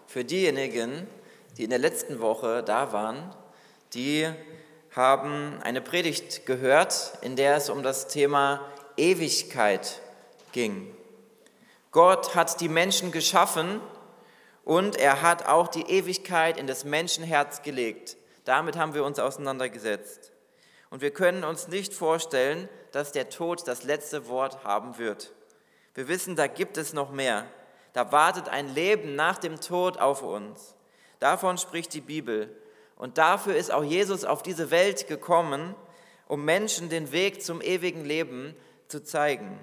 Für diejenigen, die in der letzten Woche da waren, die haben eine Predigt gehört, in der es um das Thema Ewigkeit ging. Gott hat die Menschen geschaffen und er hat auch die Ewigkeit in das Menschenherz gelegt. Damit haben wir uns auseinandergesetzt. Und wir können uns nicht vorstellen, dass der Tod das letzte Wort haben wird. Wir wissen, da gibt es noch mehr. Da wartet ein Leben nach dem Tod auf uns. Davon spricht die Bibel. Und dafür ist auch Jesus auf diese Welt gekommen, um Menschen den Weg zum ewigen Leben zu zeigen.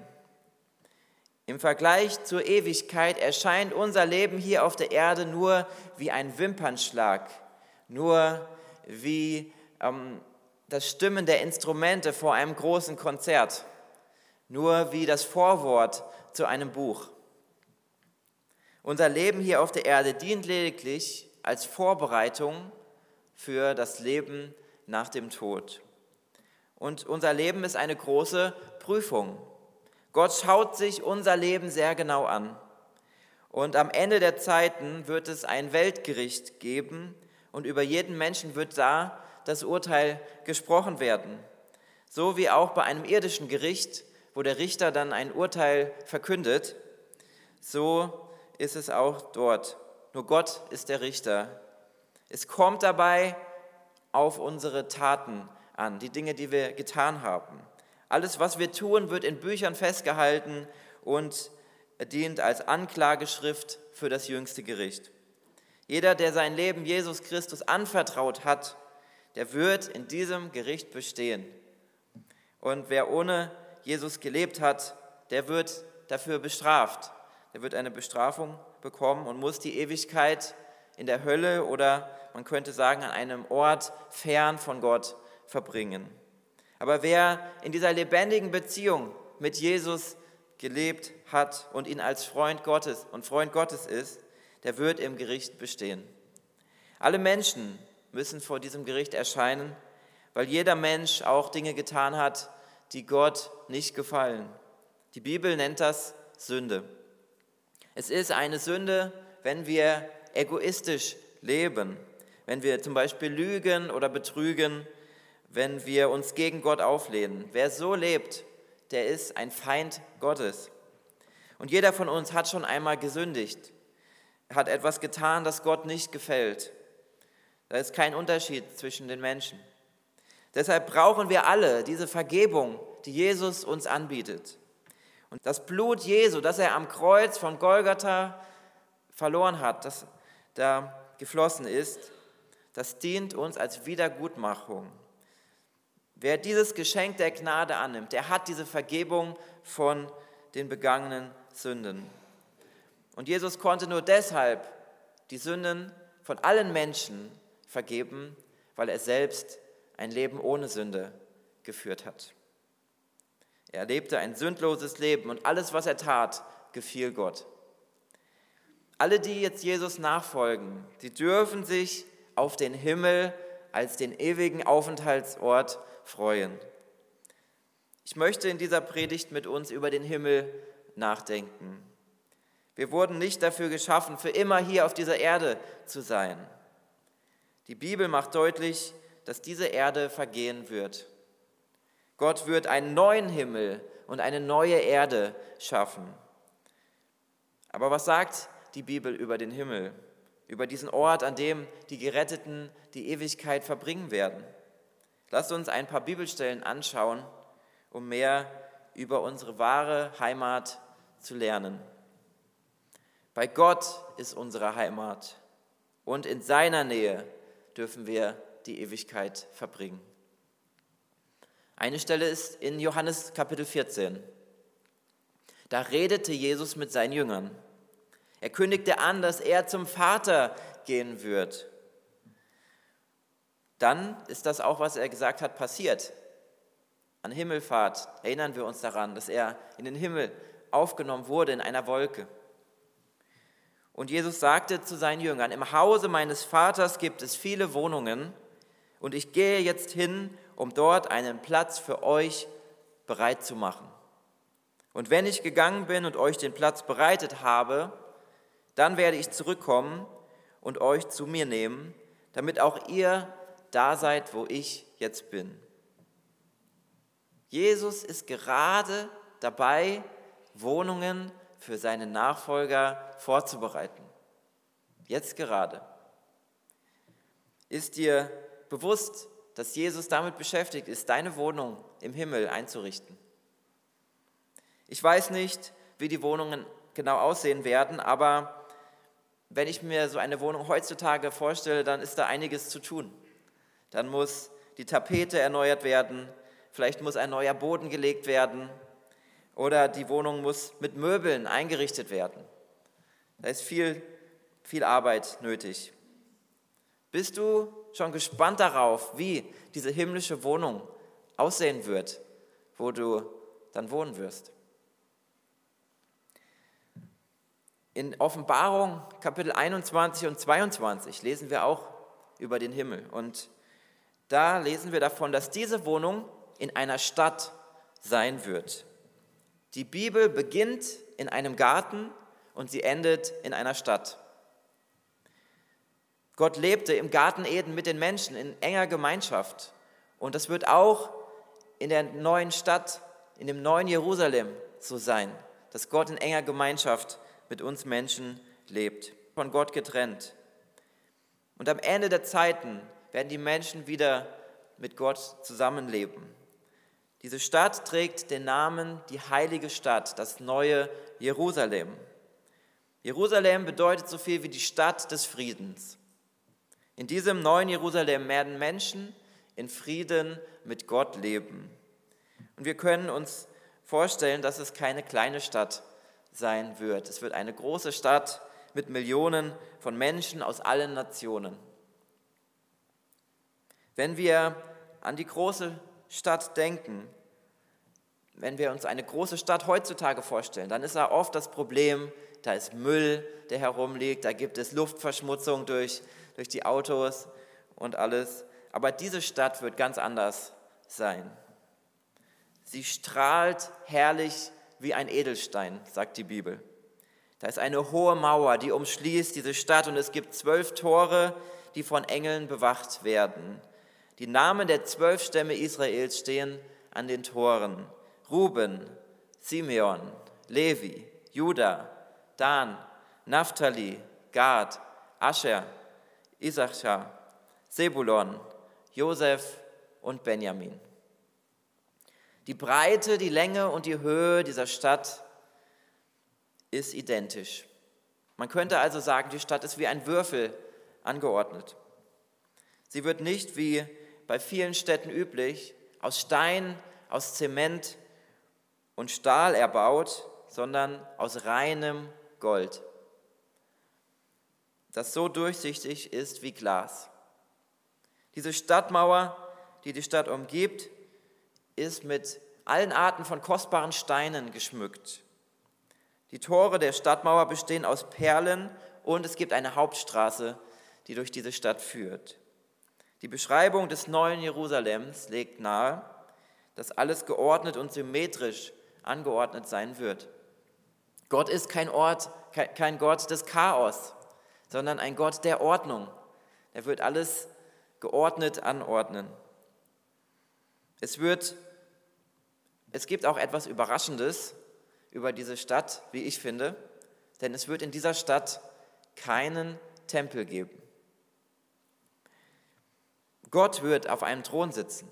Im Vergleich zur Ewigkeit erscheint unser Leben hier auf der Erde nur wie ein Wimpernschlag, nur wie das Stimmen der Instrumente vor einem großen Konzert, nur wie das Vorwort zu einem Buch. Unser Leben hier auf der Erde dient lediglich als Vorbereitung für das Leben nach dem Tod. Und unser Leben ist eine große Prüfung. Gott schaut sich unser Leben sehr genau an. Und am Ende der Zeiten wird es ein Weltgericht geben und über jeden Menschen wird da das Urteil gesprochen werden. So wie auch bei einem irdischen Gericht, wo der Richter dann ein Urteil verkündet, so ist es auch dort. Nur Gott ist der Richter. Es kommt dabei auf unsere Taten an, die Dinge, die wir getan haben. Alles, was wir tun, wird in Büchern festgehalten und dient als Anklageschrift für das jüngste Gericht. Jeder, der sein Leben Jesus Christus anvertraut hat, der wird in diesem Gericht bestehen. Und wer ohne Jesus gelebt hat, der wird dafür bestraft. Der wird eine Bestrafung bekommen und muss die Ewigkeit in der Hölle oder man könnte sagen an einem Ort fern von Gott verbringen. Aber wer in dieser lebendigen Beziehung mit Jesus gelebt hat und ihn als Freund Gottes ist, der wird im Gericht bestehen. Alle Menschen müssen vor diesem Gericht erscheinen, weil jeder Mensch auch Dinge getan hat, die Gott nicht gefallen. Die Bibel nennt das Sünde. Es ist eine Sünde, wenn wir egoistisch leben, wenn wir zum Beispiel lügen oder betrügen, wenn wir uns gegen Gott auflehnen. Wer so lebt, der ist ein Feind Gottes. Und jeder von uns hat schon einmal gesündigt, hat etwas getan, das Gott nicht gefällt. Da ist kein Unterschied zwischen den Menschen. Deshalb brauchen wir alle diese Vergebung, die Jesus uns anbietet. Und das Blut Jesu, das er am Kreuz von Golgatha verloren hat, das da geflossen ist, das dient uns als Wiedergutmachung. Wer dieses Geschenk der Gnade annimmt, der hat diese Vergebung von den begangenen Sünden. Und Jesus konnte nur deshalb die Sünden von allen Menschen vergeben, weil er selbst ein Leben ohne Sünde geführt hat. Er lebte ein sündloses Leben und alles, was er tat, gefiel Gott. Alle, die jetzt Jesus nachfolgen, die dürfen sich auf den Himmel als den ewigen Aufenthaltsort freuen. Ich möchte in dieser Predigt mit uns über den Himmel nachdenken. Wir wurden nicht dafür geschaffen, für immer hier auf dieser Erde zu sein. Die Bibel macht deutlich, dass diese Erde vergehen wird. Gott wird einen neuen Himmel und eine neue Erde schaffen. Aber was sagt die Bibel über den Himmel, über diesen Ort, an dem die Geretteten die Ewigkeit verbringen werden? Lasst uns ein paar Bibelstellen anschauen, um mehr über unsere wahre Heimat zu lernen. Bei Gott ist unsere Heimat und in seiner Nähe dürfen wir die Ewigkeit verbringen. Eine Stelle ist in Johannes Kapitel 14. Da redete Jesus mit seinen Jüngern. Er kündigte an, dass er zum Vater gehen wird. Dann ist das auch, was er gesagt hat, passiert. An Himmelfahrt erinnern wir uns daran, dass er in den Himmel aufgenommen wurde in einer Wolke. Und Jesus sagte zu seinen Jüngern, im Hause meines Vaters gibt es viele Wohnungen und ich gehe jetzt hin, um dort einen Platz für euch bereit zu machen. Und wenn ich gegangen bin und euch den Platz bereitet habe, dann werde ich zurückkommen und euch zu mir nehmen, damit auch ihr da seid, wo ich jetzt bin. Jesus ist gerade dabei, Wohnungen für seine Nachfolger vorzubereiten. Jetzt gerade. Ist dir bewusst, dass Jesus damit beschäftigt ist, deine Wohnung im Himmel einzurichten? Ich weiß nicht, wie die Wohnungen genau aussehen werden, aber wenn ich mir so eine Wohnung heutzutage vorstelle, dann ist da einiges zu tun. Dann muss die Tapete erneuert werden, vielleicht muss ein neuer Boden gelegt werden oder die Wohnung muss mit Möbeln eingerichtet werden. Da ist viel Arbeit nötig. Bist du schon gespannt darauf, wie diese himmlische Wohnung aussehen wird, wo du dann wohnen wirst? In Offenbarung Kapitel 21 und 22 lesen wir auch über den Himmel. Und da lesen wir davon, dass diese Wohnung in einer Stadt sein wird. Die Bibel beginnt in einem Garten und sie endet in einer Stadt. Gott lebte im Garten Eden mit den Menschen in enger Gemeinschaft. Und das wird auch in der neuen Stadt, in dem neuen Jerusalem so sein, dass Gott in enger Gemeinschaft mit uns Menschen lebt, von Gott getrennt. Und am Ende der Zeiten werden die Menschen wieder mit Gott zusammenleben. Diese Stadt trägt den Namen die heilige Stadt, das neue Jerusalem. Jerusalem bedeutet so viel wie die Stadt des Friedens. In diesem neuen Jerusalem werden Menschen in Frieden mit Gott leben. Und wir können uns vorstellen, dass es keine kleine Stadt sein wird. Es wird eine große Stadt mit Millionen von Menschen aus allen Nationen. Wenn wir an die große Stadt denken, wenn wir uns eine große Stadt heutzutage vorstellen, dann ist da oft das Problem, da ist Müll, der herumliegt, da gibt es Luftverschmutzung durch die Autos und alles. Aber diese Stadt wird ganz anders sein. Sie strahlt herrlich wie ein Edelstein, sagt die Bibel. Da ist eine hohe Mauer, die umschließt diese Stadt und es gibt 12 Tore, die von Engeln bewacht werden. Die Namen der 12 Stämme Israels stehen an den Toren. Ruben, Simeon, Levi, Juda, Dan, Naphtali, Gad, Ascher, Issachar, Sebulon, Josef und Benjamin. Die Breite, die Länge und die Höhe dieser Stadt ist identisch. Man könnte also sagen, die Stadt ist wie ein Würfel angeordnet. Sie wird nicht, wie bei vielen Städten üblich, aus Stein, aus Zement und Stahl erbaut, sondern aus reinem Gold, das so durchsichtig ist wie Glas. Diese Stadtmauer, die die Stadt umgibt, ist mit allen Arten von kostbaren Steinen geschmückt. Die Tore der Stadtmauer bestehen aus Perlen und es gibt eine Hauptstraße, die durch diese Stadt führt. Die Beschreibung des neuen Jerusalems legt nahe, dass alles geordnet und symmetrisch angeordnet sein wird. Gott ist kein Gott des Chaos, sondern ein Gott der Ordnung. Er wird alles geordnet anordnen. Es gibt auch etwas Überraschendes über diese Stadt, wie ich finde, denn es wird in dieser Stadt keinen Tempel geben. Gott wird auf einem Thron sitzen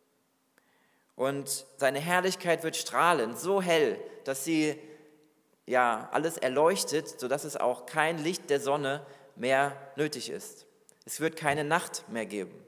und seine Herrlichkeit wird strahlen, so hell, dass sie alles erleuchtet, sodass es auch kein Licht der Sonne mehr nötig ist. Es wird keine Nacht mehr geben.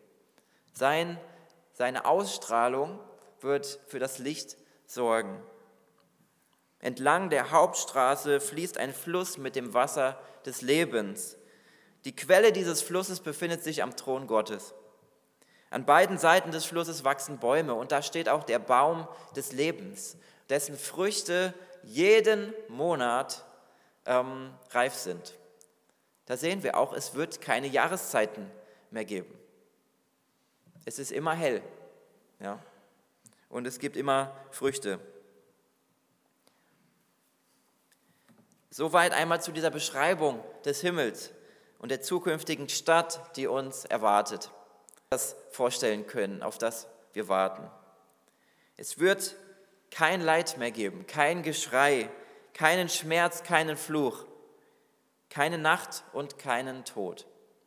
Seine Ausstrahlung wird für das Licht sorgen. Entlang der Hauptstraße fließt ein Fluss mit dem Wasser des Lebens. Die Quelle dieses Flusses befindet sich am Thron Gottes. An beiden Seiten des Flusses wachsen Bäume und da steht auch der Baum des Lebens, dessen Früchte jeden Monat reif sind. Da sehen wir auch, es wird keine Jahreszeiten mehr geben. Es ist immer hell, ja, und es gibt immer Früchte. Soweit einmal zu dieser Beschreibung des Himmels und der zukünftigen Stadt, die uns erwartet. Das vorstellen können, auf das wir warten. Es wird kein Leid mehr geben, kein Geschrei, keinen Schmerz, keinen Fluch, keine Nacht und keinen Tod.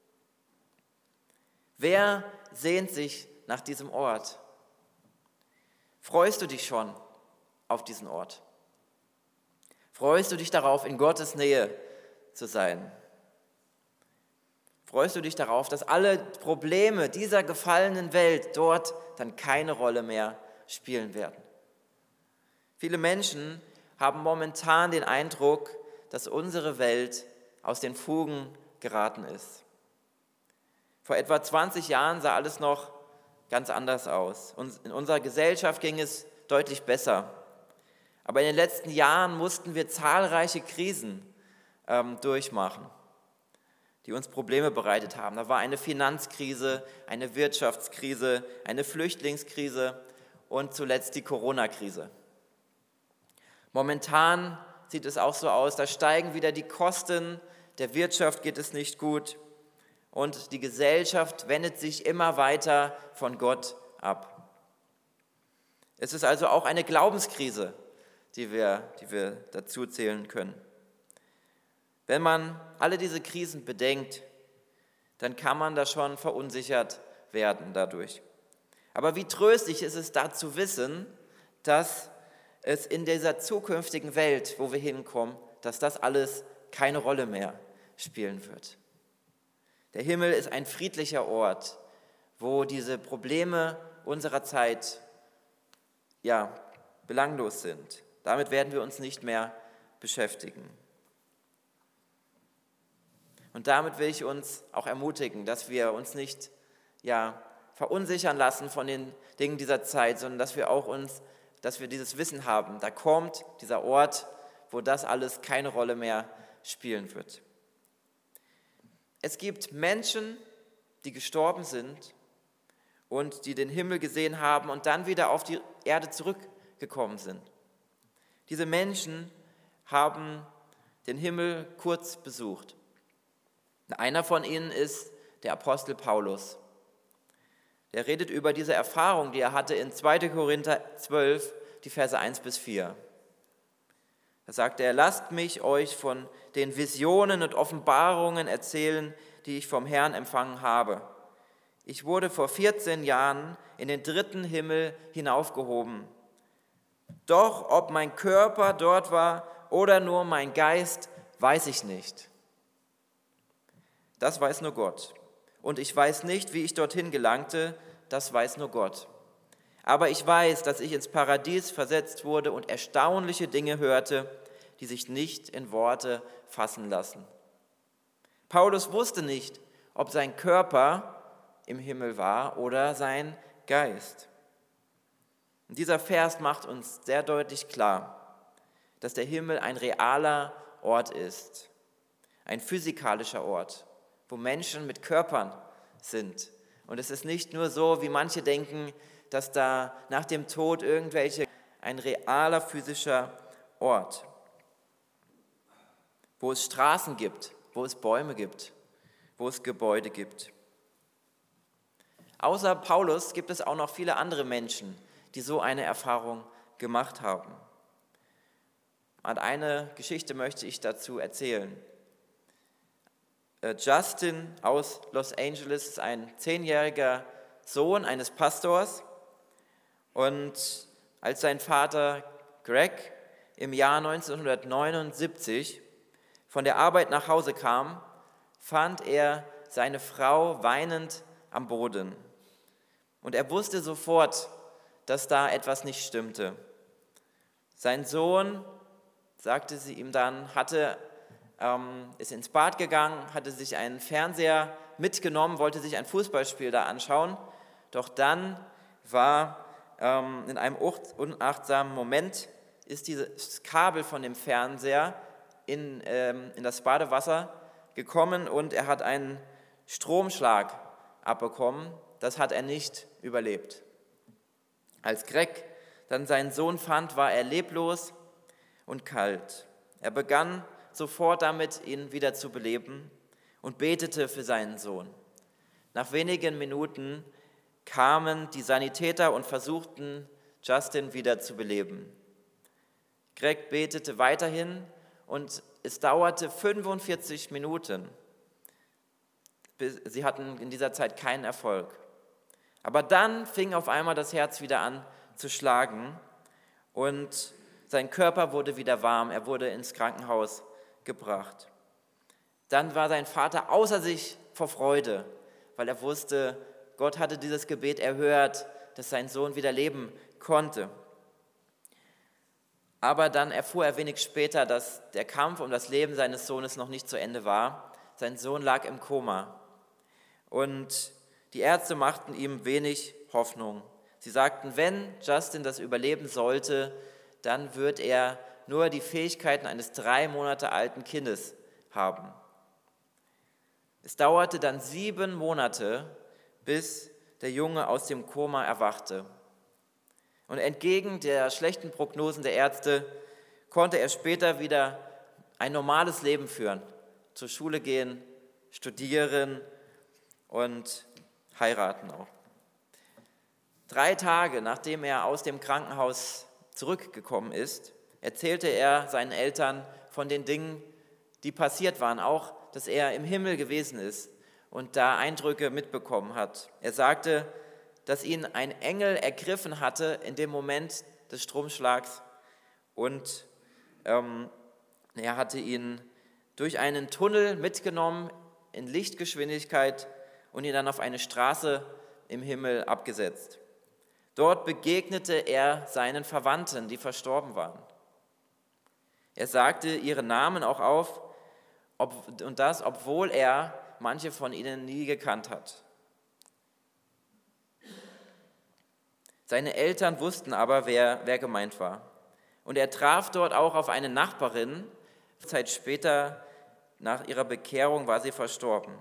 Wer sehnt sich nach diesem Ort? Freust du dich schon auf diesen Ort? Freust du dich darauf, in Gottes Nähe zu sein? Freust du dich darauf, dass alle Probleme dieser gefallenen Welt dort dann keine Rolle mehr spielen werden? Viele Menschen haben momentan den Eindruck, dass unsere Welt aus den Fugen geraten ist. Vor etwa 20 Jahren sah alles noch ganz anders aus. Und in unserer Gesellschaft ging es deutlich besser. Aber in den letzten Jahren mussten wir zahlreiche Krisen durchmachen, die uns Probleme bereitet haben. Da war eine Finanzkrise, eine Wirtschaftskrise, eine Flüchtlingskrise und zuletzt die Corona-Krise. Momentan sieht es auch so aus, da steigen wieder die Kosten, der Wirtschaft geht es nicht gut und die Gesellschaft wendet sich immer weiter von Gott ab. Es ist also auch eine Glaubenskrise, die wir dazu zählen können. Wenn man alle diese Krisen bedenkt, dann kann man da schon verunsichert werden dadurch. Aber wie tröstlich ist es da zu wissen, dass es in dieser zukünftigen Welt, wo wir hinkommen, dass das alles keine Rolle mehr spielen wird. Der Himmel ist ein friedlicher Ort, wo diese Probleme unserer Zeit belanglos sind. Damit werden wir uns nicht mehr beschäftigen. Und damit will ich uns auch ermutigen, dass wir uns nicht verunsichern lassen von den Dingen dieser Zeit, sondern dass wir dieses Wissen haben, da kommt dieser Ort, wo das alles keine Rolle mehr spielen wird. Es gibt Menschen, die gestorben sind und die den Himmel gesehen haben und dann wieder auf die Erde zurückgekommen sind. Diese Menschen haben den Himmel kurz besucht. Einer von ihnen ist der Apostel Paulus. Der redet über diese Erfahrung, die er hatte in 2. Korinther 12, die Verse 1 bis 4. Da sagt er, lasst mich euch von den Visionen und Offenbarungen erzählen, die ich vom Herrn empfangen habe. Ich wurde vor 14 Jahren in den 3. Himmel hinaufgehoben. Doch ob mein Körper dort war oder nur mein Geist, weiß ich nicht. Das weiß nur Gott. Und ich weiß nicht, wie ich dorthin gelangte, das weiß nur Gott. Aber ich weiß, dass ich ins Paradies versetzt wurde und erstaunliche Dinge hörte, die sich nicht in Worte fassen lassen. Paulus wusste nicht, ob sein Körper im Himmel war oder sein Geist. Und dieser Vers macht uns sehr deutlich klar, dass der Himmel ein realer Ort ist, ein physikalischer Ort, wo Menschen mit Körpern sind. Und es ist nicht nur so, wie manche denken, dass da nach dem Tod ein realer physischer Ort, wo es Straßen gibt, wo es Bäume gibt, wo es Gebäude gibt. Außer Paulus gibt es auch noch viele andere Menschen, die so eine Erfahrung gemacht haben. Und eine Geschichte möchte ich dazu erzählen. Justin aus Los Angeles ist ein 10-jähriger Sohn eines Pastors und als sein Vater Greg im Jahr 1979 von der Arbeit nach Hause kam, fand er seine Frau weinend am Boden. Und er wusste sofort, dass da etwas nicht stimmte. Sein Sohn, sagte sie ihm dann, ist ins Bad gegangen, hatte sich einen Fernseher mitgenommen, wollte sich ein Fußballspiel da anschauen. Doch dann war in einem unachtsamen Moment ist dieses Kabel von dem Fernseher in das Badewasser gekommen und er hat einen Stromschlag abbekommen. Das hat er nicht überlebt. Als Greg dann seinen Sohn fand, war er leblos und kalt. Er begann sofort damit, ihn wieder zu beleben und betete für seinen Sohn. Nach wenigen Minuten kamen die Sanitäter und versuchten, Justin wieder zu beleben. Greg betete weiterhin und es dauerte 45 Minuten. Sie hatten in dieser Zeit keinen Erfolg. Aber dann fing auf einmal das Herz wieder an zu schlagen und sein Körper wurde wieder warm. Er wurde ins Krankenhaus gebracht. Dann war sein Vater außer sich vor Freude, weil er wusste, Gott hatte dieses Gebet erhört, dass sein Sohn wieder leben konnte. Aber dann erfuhr er wenig später, dass der Kampf um das Leben seines Sohnes noch nicht zu Ende war. Sein Sohn lag im Koma und die Ärzte machten ihm wenig Hoffnung. Sie sagten, wenn Justin das überleben sollte, dann wird er nur die Fähigkeiten eines 3 Monate alten Kindes haben. Es dauerte dann 7 Monate, bis der Junge aus dem Koma erwachte. Und entgegen der schlechten Prognosen der Ärzte konnte er später wieder ein normales Leben führen, zur Schule gehen, studieren und heiraten auch. 3 Tage nachdem er aus dem Krankenhaus zurückgekommen ist, erzählte er seinen Eltern von den Dingen, die passiert waren, auch, dass er im Himmel gewesen ist und da Eindrücke mitbekommen hat. Er sagte, dass ihn ein Engel ergriffen hatte in dem Moment des Stromschlags und er hatte ihn durch einen Tunnel mitgenommen in Lichtgeschwindigkeit und ihn dann auf eine Straße im Himmel abgesetzt. Dort begegnete er seinen Verwandten, die verstorben waren. Er sagte ihre Namen auch auf, und das, obwohl er manche von ihnen nie gekannt hat. Seine Eltern wussten aber, wer gemeint war. Und er traf dort auch auf eine Nachbarin. Zeit später, nach ihrer Bekehrung, war sie verstorben.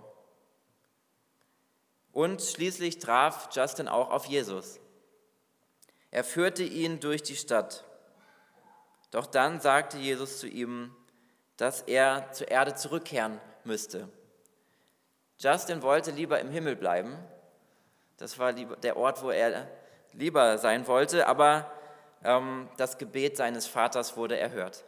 Und schließlich traf Justin auch auf Jesus. Er führte ihn durch die Stadt. Doch dann sagte Jesus zu ihm, dass er zur Erde zurückkehren müsste. Justin wollte lieber im Himmel bleiben. Das war der Ort, wo er lieber sein wollte, aber das Gebet seines Vaters wurde erhört.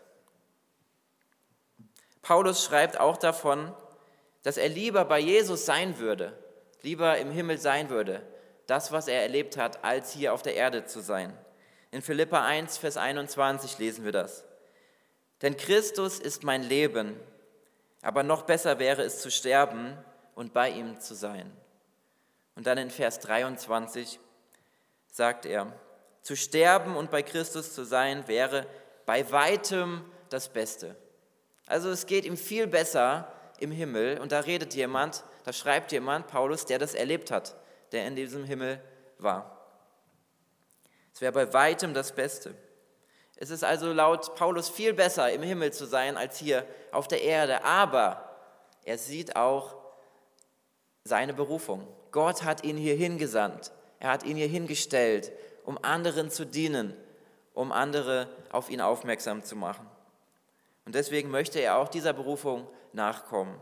Paulus schreibt auch davon, dass er lieber bei Jesus sein würde, lieber im Himmel sein würde, das, was er erlebt hat, als hier auf der Erde zu sein. In Philipper 1, Vers 21 lesen wir das. Denn Christus ist mein Leben, aber noch besser wäre es zu sterben und bei ihm zu sein. Und dann in Vers 23 sagt er, zu sterben und bei Christus zu sein, wäre bei weitem das Beste. Also es geht ihm viel besser im Himmel und da schreibt jemand, Paulus, der das erlebt hat, der in diesem Himmel war. Es wäre bei weitem das Beste. Es ist also laut Paulus viel besser, im Himmel zu sein, als hier auf der Erde. Aber er sieht auch seine Berufung. Gott hat ihn hier hingesandt. Er hat ihn hier hingestellt, um anderen zu dienen, um andere auf ihn aufmerksam zu machen. Und deswegen möchte er auch dieser Berufung nachkommen.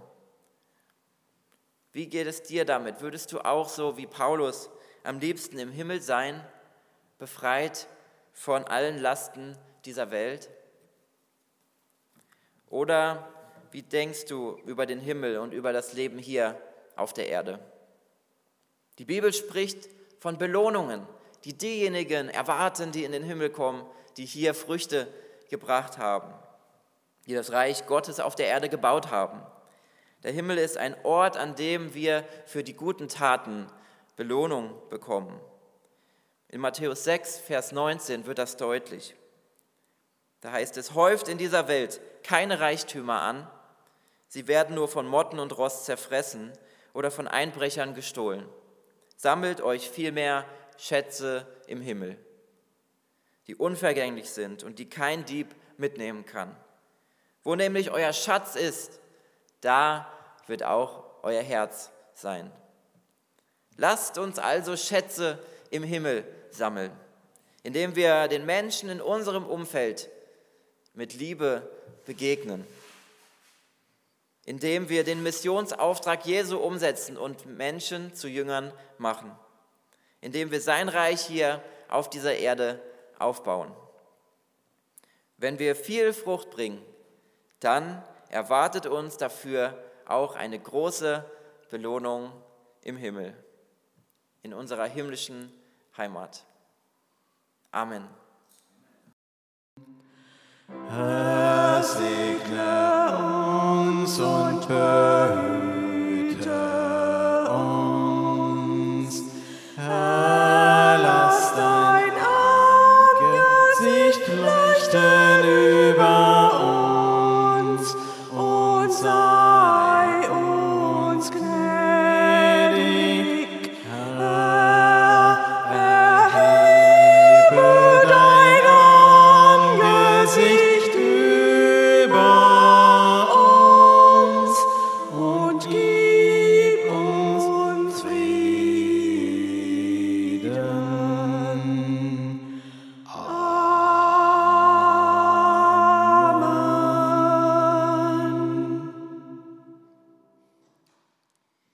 Wie geht es dir damit? Würdest du auch so wie Paulus am liebsten im Himmel sein, befreit von allen Lasten dieser Welt? Oder wie denkst du über den Himmel und über das Leben hier auf der Erde? Die Bibel spricht von Belohnungen, die diejenigen erwarten, die in den Himmel kommen, die hier Früchte gebracht haben, die das Reich Gottes auf der Erde gebaut haben. Der Himmel ist ein Ort, an dem wir für die guten Taten Belohnung bekommen. In Matthäus 6, Vers 19 wird das deutlich. Da heißt es, häuft in dieser Welt keine Reichtümer an, sie werden nur von Motten und Rost zerfressen oder von Einbrechern gestohlen. Sammelt euch vielmehr Schätze im Himmel, die unvergänglich sind und die kein Dieb mitnehmen kann. Wo nämlich euer Schatz ist, da wird auch euer Herz sein. Lasst uns also Schätze im Himmel sammeln, indem wir den Menschen in unserem Umfeld mit Liebe begegnen. indem wir den Missionsauftrag Jesu umsetzen und Menschen zu Jüngern machen, indem wir sein Reich hier auf dieser Erde aufbauen. Wenn wir viel Frucht bringen, dann erwartet uns dafür auch eine große Belohnung im Himmel, in unserer himmlischen Heimat. Amen. Herr, segne uns und höre